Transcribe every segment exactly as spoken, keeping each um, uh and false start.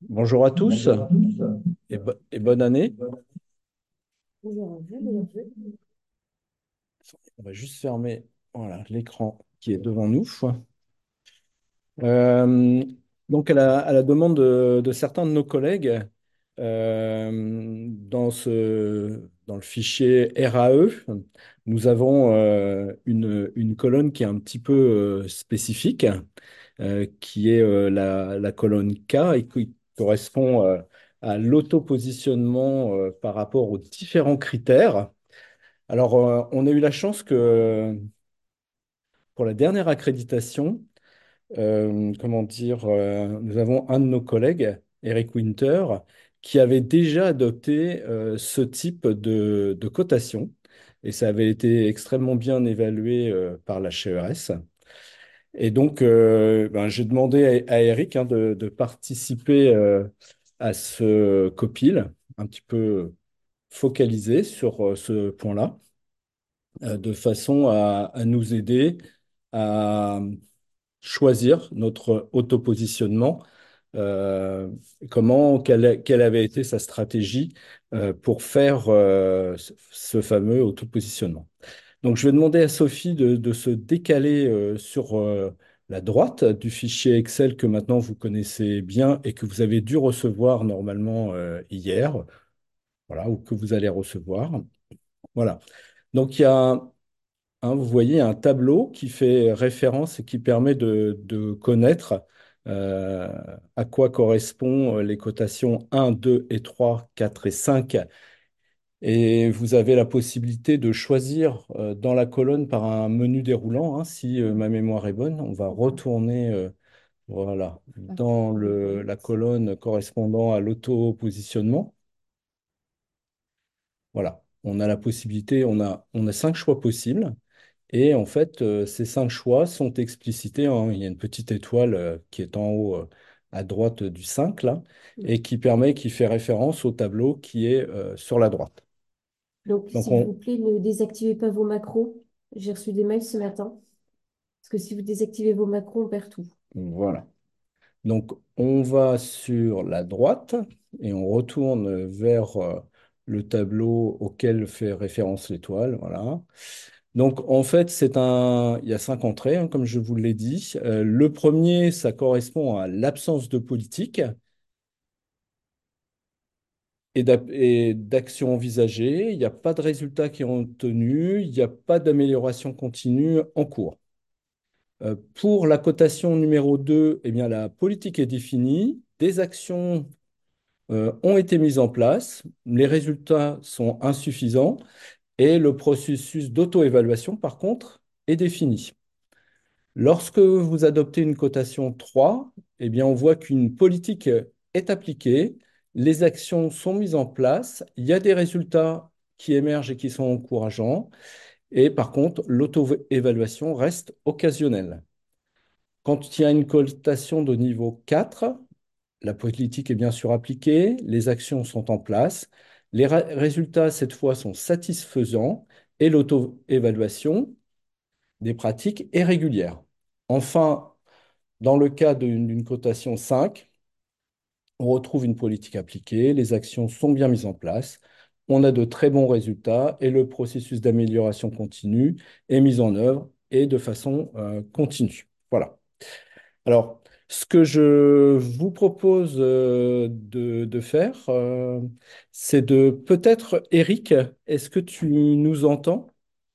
Bonjour à tous Bonjour à tous. et, bo- et bonne année. Bonjour à vous, meilleur vœu. On va juste fermer voilà, l'écran qui est devant nous. Euh, donc, à la, à la demande de, de certains de nos collègues, euh, dans ce, dans le fichier R A E, nous avons euh, une, une colonne qui est un petit peu euh, spécifique, euh, qui est euh, la, la colonne K et qui correspond euh, à l'auto-positionnement euh, par rapport aux différents critères. Alors, euh, on a eu la chance que pour la dernière accréditation, euh, comment dire, euh, nous avons un de nos collègues, Eric Winter, qui avait déjà adopté euh, ce type de, de cotation. Et ça avait été extrêmement bien évalué euh, par l'H E R S. Et donc, euh, ben, j'ai demandé à, à Eric hein, de, de participer euh, à ce copil, un petit peu focalisé sur euh, ce point-là, euh, de façon à, à nous aider à choisir notre autopositionnement, euh, comment, quelle, quelle avait été sa stratégie euh, pour faire euh, ce ce fameux autopositionnement. Donc, je vais demander à Sophie de, de se décaler euh, sur euh, la droite du fichier Excel que maintenant vous connaissez bien et que vous avez dû recevoir normalement euh, hier, voilà, ou que vous allez recevoir. Voilà. Donc, il y a Hein, vous voyez un tableau qui fait référence et qui permet de, de connaître euh, à quoi correspondent les cotations un, deux et trois, quatre et cinq. Et vous avez la possibilité de choisir euh, dans la colonne par un menu déroulant, hein, si euh, ma mémoire est bonne. On va retourner euh, voilà, dans le, la colonne correspondant à l'auto-positionnement. Voilà, on a la possibilité, on a, on a cinq choix possibles. Et en fait, euh, ces cinq choix sont explicités, hein. Il y a une petite étoile euh, qui est en haut euh, à droite du cinq là, et qui permet, qui fait référence au tableau qui est euh, sur la droite. Donc, Donc s'il vous on, plaît, ne désactivez pas vos macros. J'ai reçu des mails ce matin. Parce que si vous désactivez vos macros, on perd tout. voilà. Donc on va sur la droite et on retourne vers euh, le tableau auquel fait référence l'étoile. Voilà. Donc en fait, c'est un, il y a cinq entrées, hein, comme je vous l'ai dit. Euh, le premier, ça correspond à l'absence de politique et d'ap- et d'actions envisagées. Il n'y a pas de résultats qui ont obtenus. Il n'y a pas d'amélioration continue en cours. Euh, pour la cotation numéro deux, eh bien, la politique est définie. Des actions euh, ont été mises en place. Les résultats sont insuffisants et le processus d'auto-évaluation, par contre, est défini. Lorsque vous adoptez une cotation trois, eh bien, on voit qu'une politique est appliquée, les actions sont mises en place, il y a des résultats qui émergent et qui sont encourageants, et par contre, l'auto-évaluation reste occasionnelle. Quand il y a une cotation de niveau quatre, la politique est bien sûr appliquée, les actions sont en place, les ra- résultats, cette fois, sont satisfaisants, et l'auto-évaluation des pratiques est régulière. Enfin, dans le cas d'une d'une cotation cinq, on retrouve une politique appliquée, les actions sont bien mises en place, on a de très bons résultats et le processus d'amélioration continue est mis en œuvre et de façon euh, continue. Voilà. Alors, ce que je vous propose euh, de, de faire, euh, c'est de peut-être, Eric, est-ce que tu nous entends?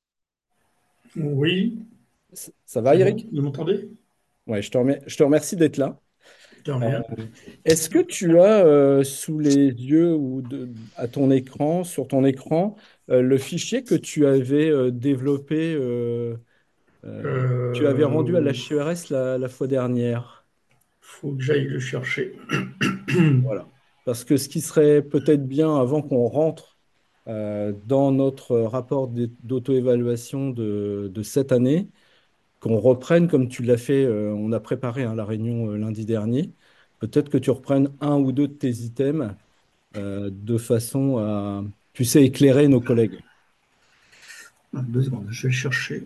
Oui, Ça ça va, c'est bon, Eric? vous m'entendez? Ouais, je te remer- je te remercie d'être là. De Euh, rien. Est-ce que tu as euh, sous les yeux ou de- à ton écran, sur ton écran, euh, le fichier que tu avais euh, développé, euh, euh, tu avais rendu à Euh, l'H C E R S la, la fois dernière? faut que j'aille le chercher. Voilà. Parce que ce qui serait peut-être bien avant qu'on rentre euh, dans notre rapport d'é- d'auto-évaluation de, de cette année, qu'on reprenne comme tu l'as fait, euh, on a préparé hein, la réunion euh, lundi dernier, peut-être que tu reprennes un ou deux de tes items euh, de façon à, tu sais, éclairer nos collègues. Ah, deux secondes, je vais le chercher.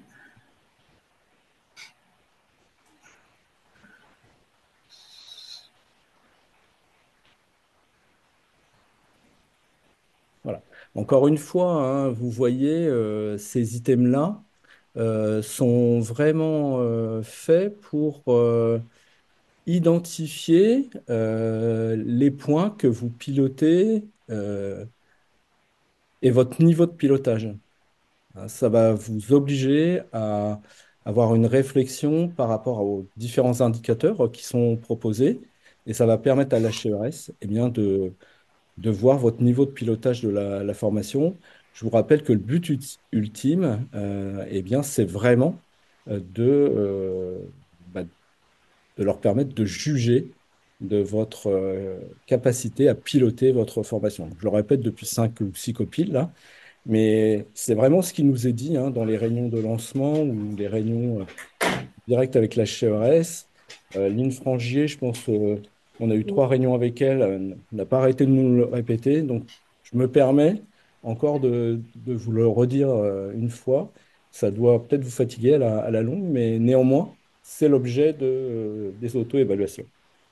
Voilà. Encore une fois, hein, vous voyez, euh, ces items-là euh, sont vraiment euh, faits pour euh, identifier euh, les points que vous pilotez euh, et votre niveau de pilotage. Hein, ça va vous obliger à avoir une réflexion par rapport aux différents indicateurs qui sont proposés et ça va permettre à l'H C E R S eh bien, de de voir votre niveau de pilotage de la, la formation. Je vous rappelle que le but ut- ultime, euh, eh bien, c'est vraiment euh, de, euh, bah, de leur permettre de juger de votre euh, capacité à piloter votre formation. Je le répète depuis cinq ou six copiles là, mais c'est vraiment ce qui nous est dit hein, dans les réunions de lancement ou les réunions euh, direct avec la H C E R S. Euh, Lynn Frangier, je pense, euh, on a eu Oui. trois réunions avec elle, euh, n'a pas arrêté de nous le répéter. Donc, je me permets encore de, de vous le redire euh, une fois. Ça doit peut-être vous fatiguer à la, à la longue, mais néanmoins, c'est l'objet de, euh, des auto-évaluations.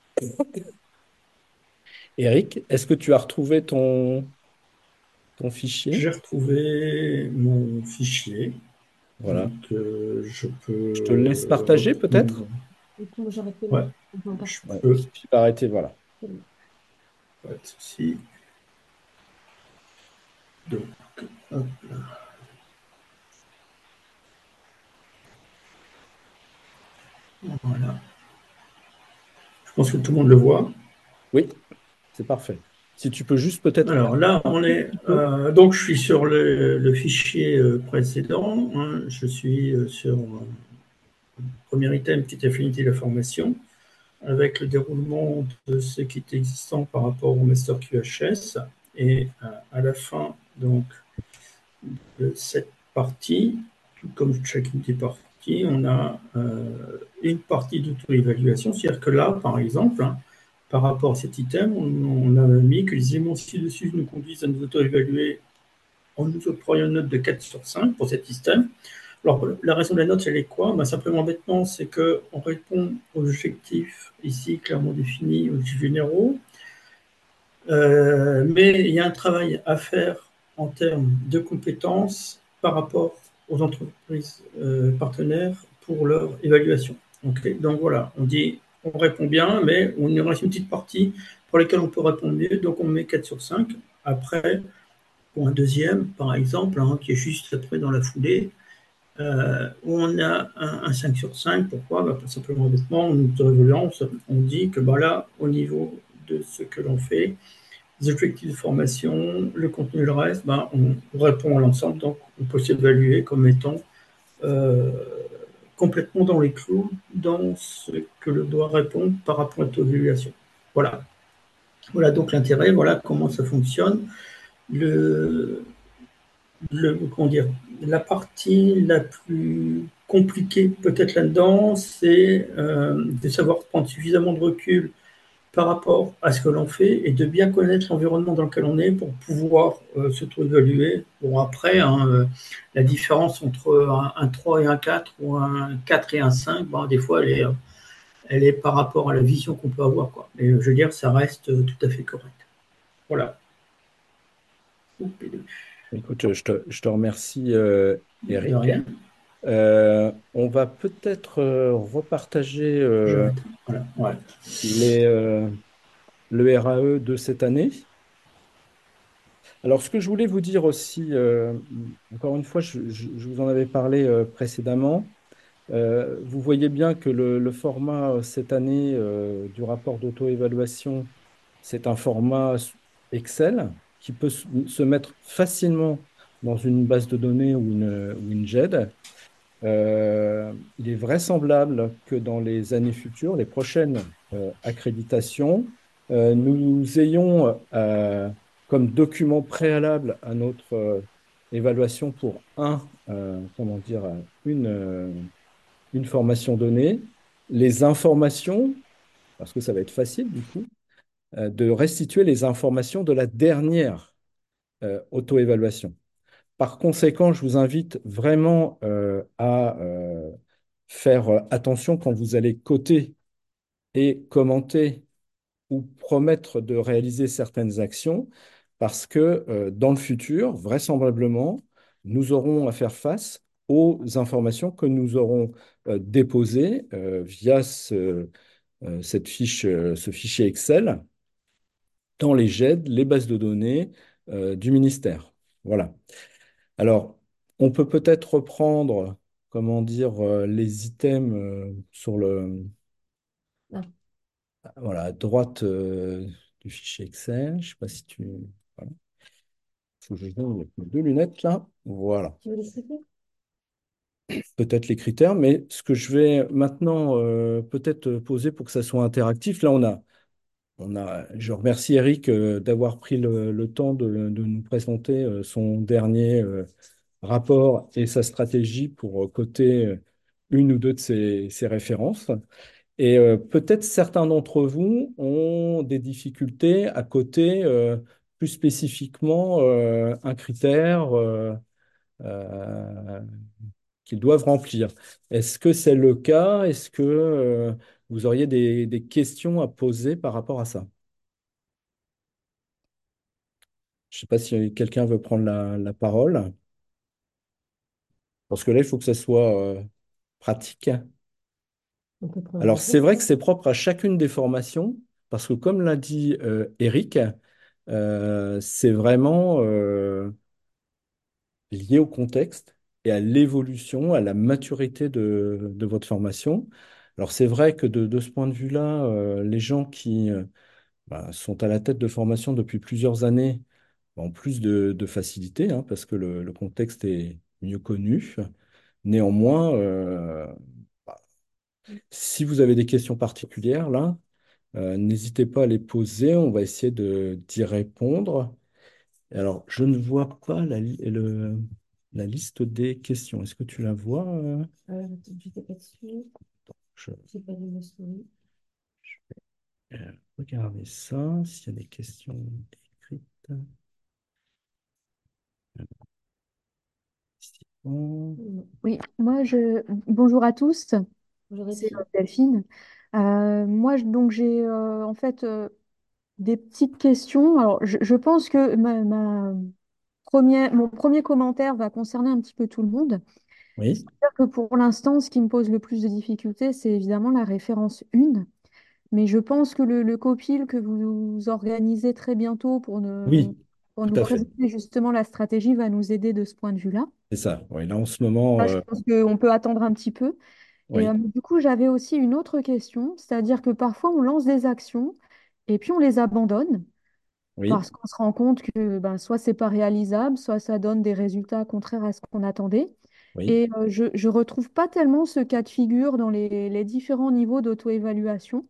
Eric, est-ce que tu as retrouvé ton, ton fichier? J'ai retrouvé mon fichier, Voilà. donc euh, je Je te le laisse peux partager reprendre. peut-être? Du coup, moi, j'arrête de Ouais, mettre en je partie. Ouais, il peux, suffit d'arrêter, voilà. pas de souci. Donc, hop, voilà. Je pense que tout le monde le voit. Oui, c'est parfait. Si tu peux juste peut-être Alors là, un on tout est. petit peu. Euh, donc, je suis sur le, le fichier euh, précédent, hein. Je suis euh, sur euh, premier item, petite affinité de la formation, avec le déroulement de ce qui est existant par rapport au Master Q H S. Et euh, à la fin donc, de cette partie, comme chacune des parties, on a euh, une partie d'auto-évaluation. C'est-à-dire que là, par exemple, hein, par rapport à cet item, on, on a mis que les éléments ci-dessus nous conduisent à nous auto-évaluer en nous octroyant une note de quatre sur cinq pour cet item. Alors, la raison de la note, elle est quoi? Ben, simplement, bêtement, c'est qu'on répond aux objectifs ici clairement définis, aux objectifs généraux. Euh, mais il y a un travail à faire en termes de compétences par rapport aux entreprises euh, partenaires pour leur évaluation. Okay, donc voilà, on dit on répond bien, mais on y reste une petite partie pour laquelle on peut répondre mieux, donc on met quatre sur cinq. Après, pour un deuxième, par exemple, hein, qui est juste après dans la foulée, euh, où on a un, un cinq sur cinq. Pourquoi? Bah, Tout simplement, honnêtement, en auto-évaluance, on dit que bah, là, au niveau de ce que l'on fait, les objectifs de formation, le contenu, le reste, ben, on, on répond à l'ensemble, donc on peut s'évaluer comme étant euh, complètement dans les clous dans ce que l'on doit répondre par rapport à l'évaluation. Voilà. Voilà donc l'intérêt, voilà comment ça fonctionne. Le, le, comment dire, la partie la plus compliquée peut-être là-dedans, c'est euh, de savoir prendre suffisamment de recul par rapport à ce que l'on fait et de bien connaître l'environnement dans lequel on est pour pouvoir euh, s'auto-évaluer. Bon, après, hein, euh, la différence entre un, un trois et un quatre ou un quatre et un cinq, bon, des fois, elle est, euh, elle est par rapport à la vision qu'on peut avoir. Quoi. Mais je veux dire, ça reste euh, tout à fait correct. Voilà. Écoute, je te, je te remercie, euh, De Eric. rien. Euh, on va peut-être euh, repartager euh, J'arrête. Voilà. Ouais. les, euh, le R A E de cette année. Alors, ce que je voulais vous dire aussi, euh, encore une fois, je, je- je vous en avais parlé euh, précédemment. Euh, vous voyez bien que le, le format euh, cette année euh, du rapport d'auto-évaluation, c'est un format Excel qui peut se se mettre facilement dans une base de données ou une, ou une G E D. Euh, il est vraisemblable que dans les années futures, les prochaines euh, accréditations, euh, nous ayons euh, comme document préalable à notre euh, évaluation pour un, euh, comment dire, une, euh, une formation donnée, les informations, parce que ça va être facile du coup, euh, de restituer les informations de la dernière euh, auto-évaluation. Par conséquent, je vous invite vraiment euh, à euh, faire euh, attention quand vous allez coter et commenter ou promettre de réaliser certaines actions, parce que euh, dans le futur, vraisemblablement, nous aurons à faire face aux informations que nous aurons euh, déposées euh, via ce, euh, cette fiche, euh, ce fichier Excel dans les G E D, les bases de données euh, du ministère. Voilà. Alors, on peut peut-être reprendre, comment dire, euh, les items euh, sur le, Ah, voilà, à droite euh, du fichier Excel. Je ne sais pas si tu... Voilà. Faut que je vienne avec mes deux lunettes là. Voilà. tu veux l'expliquer? Peut-être les critères, mais ce que je vais maintenant euh, peut-être poser pour que ça soit interactif, là on a, on a, je remercie Eric euh, d'avoir pris le, le temps de, de nous présenter euh, son dernier euh, rapport et sa stratégie pour euh, coter euh, une ou deux de ses, ses références. Et euh, peut-être certains d'entre vous ont des difficultés à coter euh, plus spécifiquement euh, un critère euh, euh, qu'ils doivent remplir. Est-ce que c'est le cas? Est-ce que euh, vous auriez des, des questions à poser par rapport à ça? Je ne sais pas si quelqu'un veut prendre la, la parole, parce que là, il faut que ça soit euh, pratique. On peut prendre Alors, c'est l'exemple, vrai que hein. c'est propre à chacune des formations, parce que comme l'a dit euh, Eric, euh, c'est vraiment euh, lié au contexte et à l'évolution, à la maturité de, de votre formation. Alors, c'est vrai que de, de ce point de vue-là, euh, les gens qui euh, bah, sont à la tête de formation depuis plusieurs années ont plus de, de facilité, hein, parce que le, le contexte est mieux connu. Néanmoins, euh, bah, si vous avez des questions particulières, là, euh, n'hésitez pas à les poser. On va essayer de, d'y répondre. Alors, je ne vois pas la, li- le- la liste des questions. Est-ce que tu la vois? euh Euh, attends, j'étais pas dessus. Je J'ai pas vu ma story. vais regarder ça, s'il y a des questions écrites. Bon. Mm. Oui, moi je bonjour à tous, Bonjour c'est euh, Delphine. Delphine. Euh, moi je- donc j'ai euh, en fait euh, des petites questions. Alors je, je pense que ma, ma première, mon premier commentaire va concerner un petit peu tout le monde. Oui, C'est-à-dire que pour l'instant, ce qui me pose le plus de difficultés, c'est évidemment la référence une. Mais je pense que le, le copil que vous organisez très bientôt pour, ne- oui, pour tout nous à fait. présenter justement la stratégie va nous aider de ce point de vue-là. C'est ça. Oui, là, en ce moment, Là, je euh, pense qu'on peut attendre un petit peu. Et euh, oui, du coup, j'avais aussi une autre question, c'est-à-dire que parfois on lance des actions et puis on les abandonne oui, parce qu'on se rend compte que ben, soit c'est pas réalisable, soit ça donne des résultats contraires à ce qu'on attendait. oui. Et euh, je ne retrouve pas tellement ce cas de figure dans les, les différents niveaux d'auto-évaluation.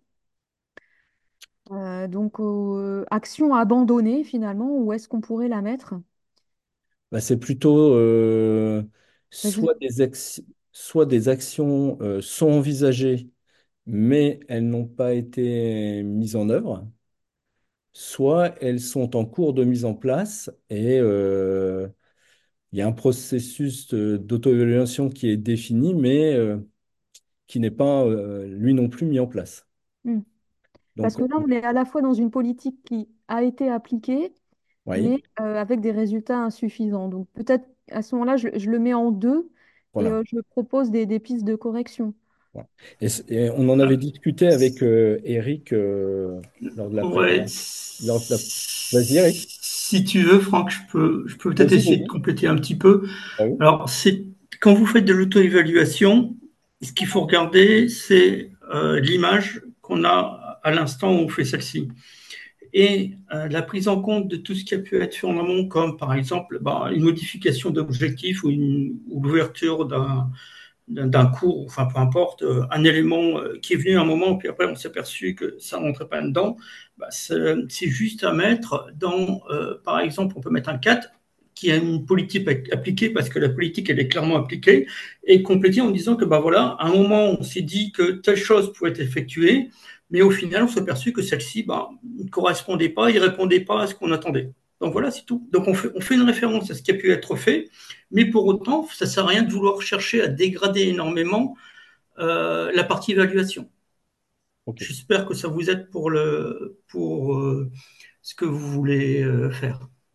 Euh, donc, euh, action abandonnée finalement, où est-ce qu'on pourrait la mettre? Bah, c'est plutôt euh, Ben, je- soit des, ac- soit des actions euh, sont envisagées, mais elles n'ont pas été mises en œuvre, soit elles sont en cours de mise en place et euh, il y a un processus de- d'auto-évaluation qui est défini, mais euh, qui n'est pas, euh, lui non plus, mis en place. Hmm. Parce Donc, que là, on est à la fois dans une politique qui a été appliquée oui, mais euh, avec des résultats insuffisants. Donc peut-être à ce moment-là, je, je le mets en deux et voilà. euh, je propose des, des pistes de correction. Voilà. Et, c- et on en avait discuté avec euh, Eric euh, lors de la Ouais, préparation. Lors de la... Vas-y, Eric. si tu veux, Franck, je peux, je peux peut-être Vas-y, essayer de vas-y. compléter un petit peu. Ah oui, Alors, c'est quand vous faites de l'auto-évaluation, ce qu'il faut regarder, c'est euh, l'image qu'on a à l'instant où on fait celle-ci. Et euh, la prise en compte de tout ce qui a pu être fait en amont, comme par exemple bah, une modification d'objectif ou, une, ou l'ouverture d'un, d'un cours, enfin peu importe, euh, un élément euh, qui est venu à un moment, puis après on s'est aperçu que ça ne rentrait pas dedans, bah, c'est, c'est juste à mettre dans, euh, par exemple, on peut mettre un quatre qui a une politique appliquée parce que la politique elle est clairement appliquée et compléter en disant que bah voilà à un moment on s'est dit que telle chose pouvait être effectuée mais au final on s'est aperçu que celle-ci bah, ne correspondait pas, il répondait pas à ce qu'on attendait. Donc voilà, c'est tout. Donc on fait, on fait une référence à ce qui a pu être fait, mais pour autant, ça ne sert à rien de vouloir chercher à dégrader énormément euh, la partie évaluation. ok. J'espère que ça vous aide pour, le, pour euh, ce que vous voulez euh, faire.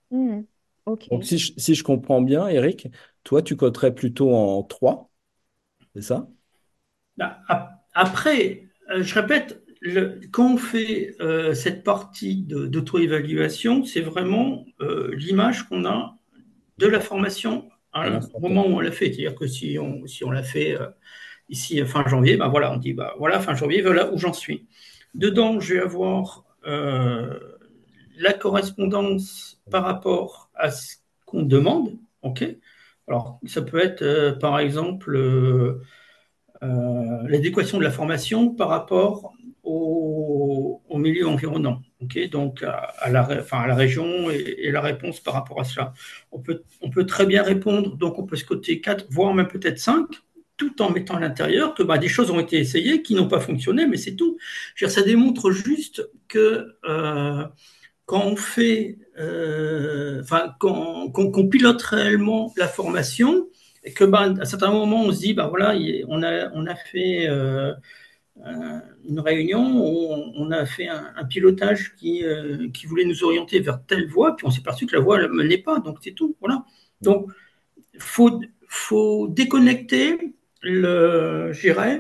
Ok. Donc, si je, si je comprends bien, Eric, toi, tu coterais plutôt en trois, c'est ça? Bah, ap- Après, euh, je répète, le- quand on fait euh, cette partie de- d'auto-évaluation, c'est vraiment euh, l'image qu'on a de la D'accord. formation À à- l'instant au T. moment où on l'a fait. C'est-à-dire que si on, si on l'a fait euh, ici euh, fin janvier, ben voilà, on dit bah voilà, fin janvier, voilà où j'en suis. D'accord. Dedans, je vais avoir euh, la correspondance par rapport à ce qu'on demande. OK? Alors, ça peut être euh, par exemple euh, euh, l'adéquation de la formation par rapport au, au milieu environnant. Okay, donc à, à, la, enfin, à la région et, et, la réponse par rapport à cela. On peut, on peut très bien répondre, donc on peut se coter quatre, voire même peut-être cinq, tout en mettant à l'intérieur que bah, des choses ont été essayées qui n'ont pas fonctionné, mais c'est tout. Je veux dire, ça démontre juste que euh, quand on fait, euh, enfin, quand, quand, qu'on pilote réellement la formation, et que ben, à certains moments on se dit, ben voilà, on a, on a fait euh, une réunion où on a fait un, un pilotage qui, euh, qui voulait nous orienter vers telle voie, puis on s'est perçu que la voie ne menait pas, donc c'est tout, voilà. Donc, il faut, faut déconnecter le, je dirais,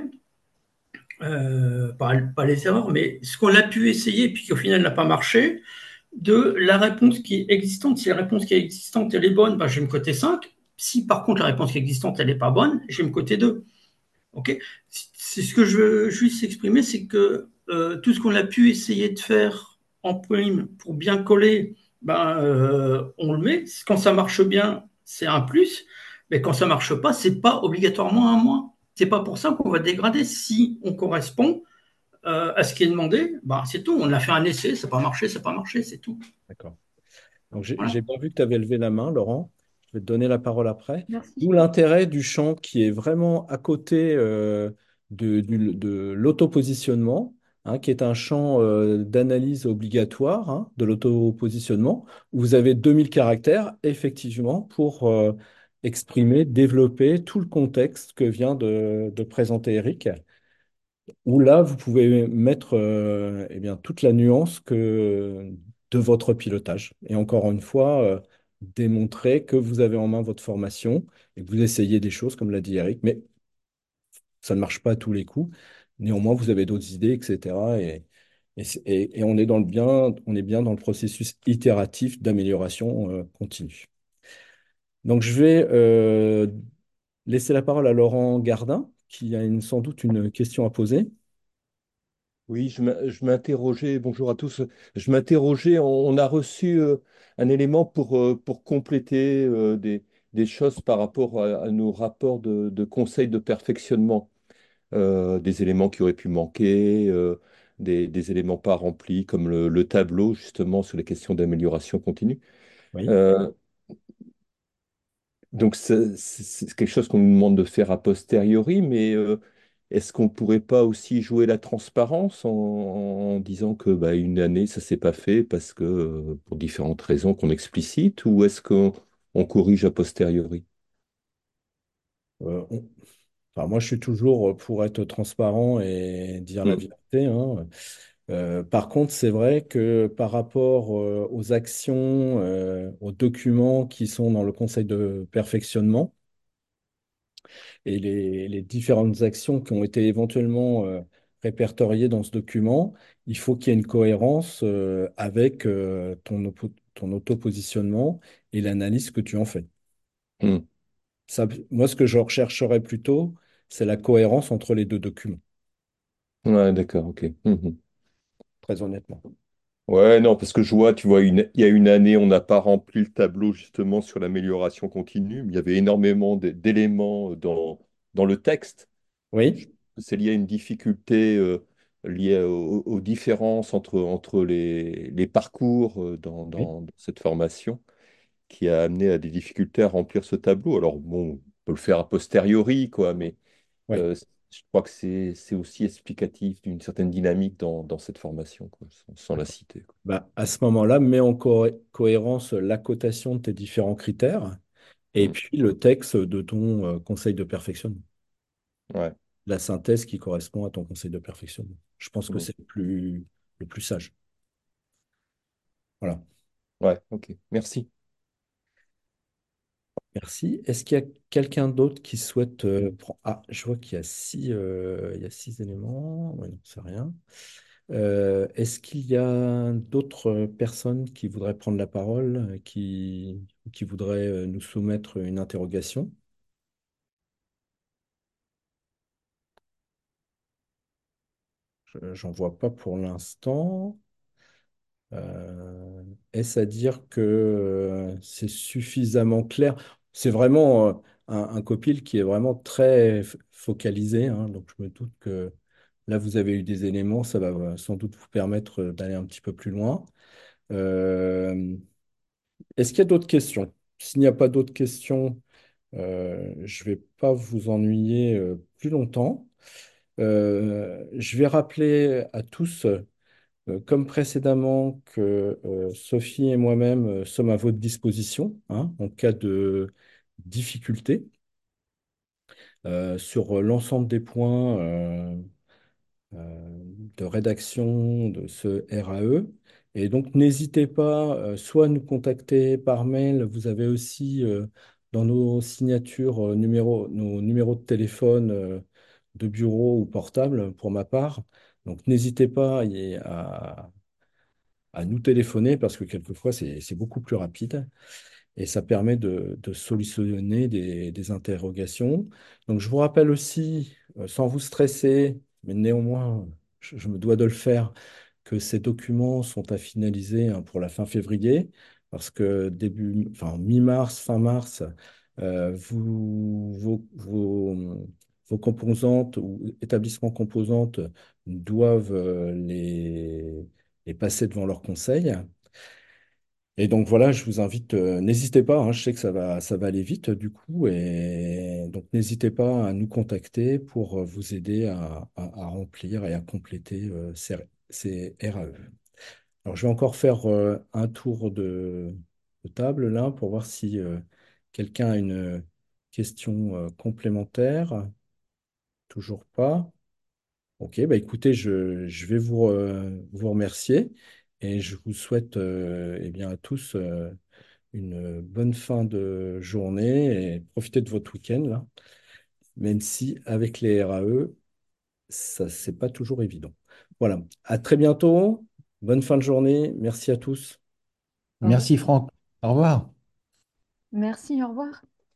euh, pas, pas les erreurs, mais ce qu'on a pu essayer, puis qu'au final n'a pas marché, de la réponse qui est existante. Si la réponse qui est existante, elle est bonne, ben, je vais me coter cinq. Si par contre la réponse qui est existante, elle n'est pas bonne, je vais me coter deux. Okay, c'est ce que je veux juste exprimer, c'est que euh, tout ce qu'on a pu essayer de faire en prime pour bien coller, ben, euh, on le met. Quand ça marche bien, c'est un plus, mais quand ça marche pas, c'est pas obligatoirement un moins. C'est pas pour ça qu'on va dégrader. Si on correspond euh, à ce qui est demandé, ben, c'est tout. On a fait un essai, ça n'a pas marché, ça n'a pas marché, c'est tout. D'accord. Donc, j'ai Voilà. j'ai bien vu que tu avais levé la main, Laurent. Je vais te donner la parole après. Merci. D'où l'intérêt du champ qui est vraiment à côté euh, de, du- de l'autopositionnement, hein, qui est un champ euh, d'analyse obligatoire, hein, de l'autopositionnement, où vous avez deux mille caractères, effectivement, pour euh, exprimer, développer tout le contexte que vient de, de présenter Eric, où là, vous pouvez mettre euh, eh bien, toute la nuance que, de votre pilotage. Et encore une fois, euh, démontrer que vous avez en main votre formation et que vous essayez des choses, comme l'a dit Eric, mais ça ne marche pas à tous les coups. Néanmoins, vous avez d'autres idées, et cetera. Et, et, c'est- et- et on est dans le bien, on est bien dans le processus itératif d'amélioration euh, continue. Donc, je vais euh, laisser la parole à Laurent Gardin, qui a une- sans doute une question à poser. Oui, je m'a- je m'interrogeais, bonjour à tous, je m'interrogeais, on, on a reçu euh, un élément pour, euh, pour compléter euh, des, des choses par rapport à, à nos rapports de, de conseil de perfectionnement. Euh, des éléments qui auraient pu manquer, euh, des, des éléments pas remplis, comme le, le tableau justement sur les questions d'amélioration continue. Oui. Euh, donc c'est c'est- c'est quelque chose qu'on nous demande de faire a posteriori, mais euh, est-ce qu'on ne pourrait pas aussi jouer la transparence en, en disant que bah, une année ça s'est pas fait parce que euh, pour différentes raisons qu'on explicite, ou est-ce qu'on on corrige a posteriori? Euh, on- Enfin, moi, je suis toujours pour être transparent et dire la Hmm. vérité, hein. Euh, par contre, c'est vrai que par rapport euh, aux actions, euh, aux documents qui sont dans le conseil de perfectionnement et les, les différentes actions qui ont été éventuellement euh, répertoriées dans ce document, il faut qu'il y ait une cohérence euh, avec euh, ton, oppo- ton auto-positionnement et l'analyse que tu en fais. Hmm. Ça, moi, ce que je rechercherais plutôt, c'est la cohérence entre les deux documents, Ouais, d'accord, ok. Mhm. très honnêtement. Ouais, non, parce que je vois, tu vois, une- il y a une année, on n'a pas rempli le tableau justement sur l'amélioration continue, mais il y avait énormément d- d'éléments dans, dans le texte. Je- Oui, C'est lié à une difficulté euh, liée aux, aux différences entre, entre les, les parcours euh, dans, oui, dans cette formation qui a amené à des difficultés à remplir ce tableau. Alors, bon, on peut le faire a posteriori, quoi, mais oui. euh, je crois que c'est, c'est aussi explicatif d'une certaine dynamique dans, dans cette formation, quoi, sans, sans la D'accord. citer, quoi. Bah, à ce moment-là, mets en co- cohérence la cotation de tes différents critères et Mm. puis le texte de ton euh, conseil de perfectionnement, Ouais. la synthèse qui correspond à ton conseil de perfectionnement. Je pense que Mm. c'est le plus, le plus sage. Voilà. Ouais, ok. Merci. Merci. Est-ce qu'il y a quelqu'un d'autre qui souhaite euh, prendre... Ah, je vois qu'il y a six, euh, il y a six éléments. Oui, non, c'est rien. Euh, est-ce qu'il y a d'autres personnes qui voudraient prendre la parole, euh, qui, qui voudraient euh, nous soumettre une interrogation? Je- J'en vois pas pour l'instant. Euh, Est-ce à dire que euh, c'est suffisamment clair? C'est vraiment euh, un, un copil qui est vraiment très f- focalisé, hein, donc je me doute que là, vous avez eu des éléments, ça va euh, sans doute vous permettre euh, d'aller un petit peu plus loin. Euh, Est-ce qu'il y a d'autres questions? S'il n'y a pas d'autres questions, euh, je ne vais pas vous ennuyer euh, plus longtemps. Euh, je vais rappeler à tous, euh, comme précédemment, que euh, Sophie et moi-même euh, sommes à votre disposition, hein, en cas de difficulté euh, sur l'ensemble des points euh, euh, de rédaction de ce R A E. Et donc, n'hésitez pas euh, soit à nous contacter par mail, vous avez aussi euh, dans nos signatures euh, numéro, nos numéros de téléphone euh, de bureau ou portable pour ma part. Donc, n'hésitez pas y- à, à nous téléphoner parce que quelquefois, c'est c'est beaucoup plus rapide et ça permet de, de solutionner des, des interrogations. Donc, je vous rappelle aussi, euh, sans vous stresser, mais néanmoins, je, je me dois de le faire, que ces documents sont à finaliser hein, pour la fin février, parce que début, enfin, mi-mars, fin mars, euh, vous, vos, vos, vos composantes ou établissements composantes doivent euh, les, les passer devant leur conseil. Et donc voilà, je vous invite, euh, n'hésitez pas, hein, je sais que ça va, ça va aller vite du coup, et donc n'hésitez pas à nous contacter pour euh, vous aider à, à- à remplir et à compléter euh, ces, ces R A E. Alors je vais encore faire euh, un tour de, de table là pour voir si euh, quelqu'un a une question euh, complémentaire. Toujours pas. Ok, bah écoutez, je, je vais vous, euh, vous remercier et je vous souhaite euh, eh bien, à tous euh, une bonne fin de journée et profitez de votre week-end là, même si avec les R A E, ça, c'est pas toujours évident. Voilà, à très bientôt, bonne fin de journée, merci à tous. Au revoir. Merci Franck. Au revoir. Merci, au revoir.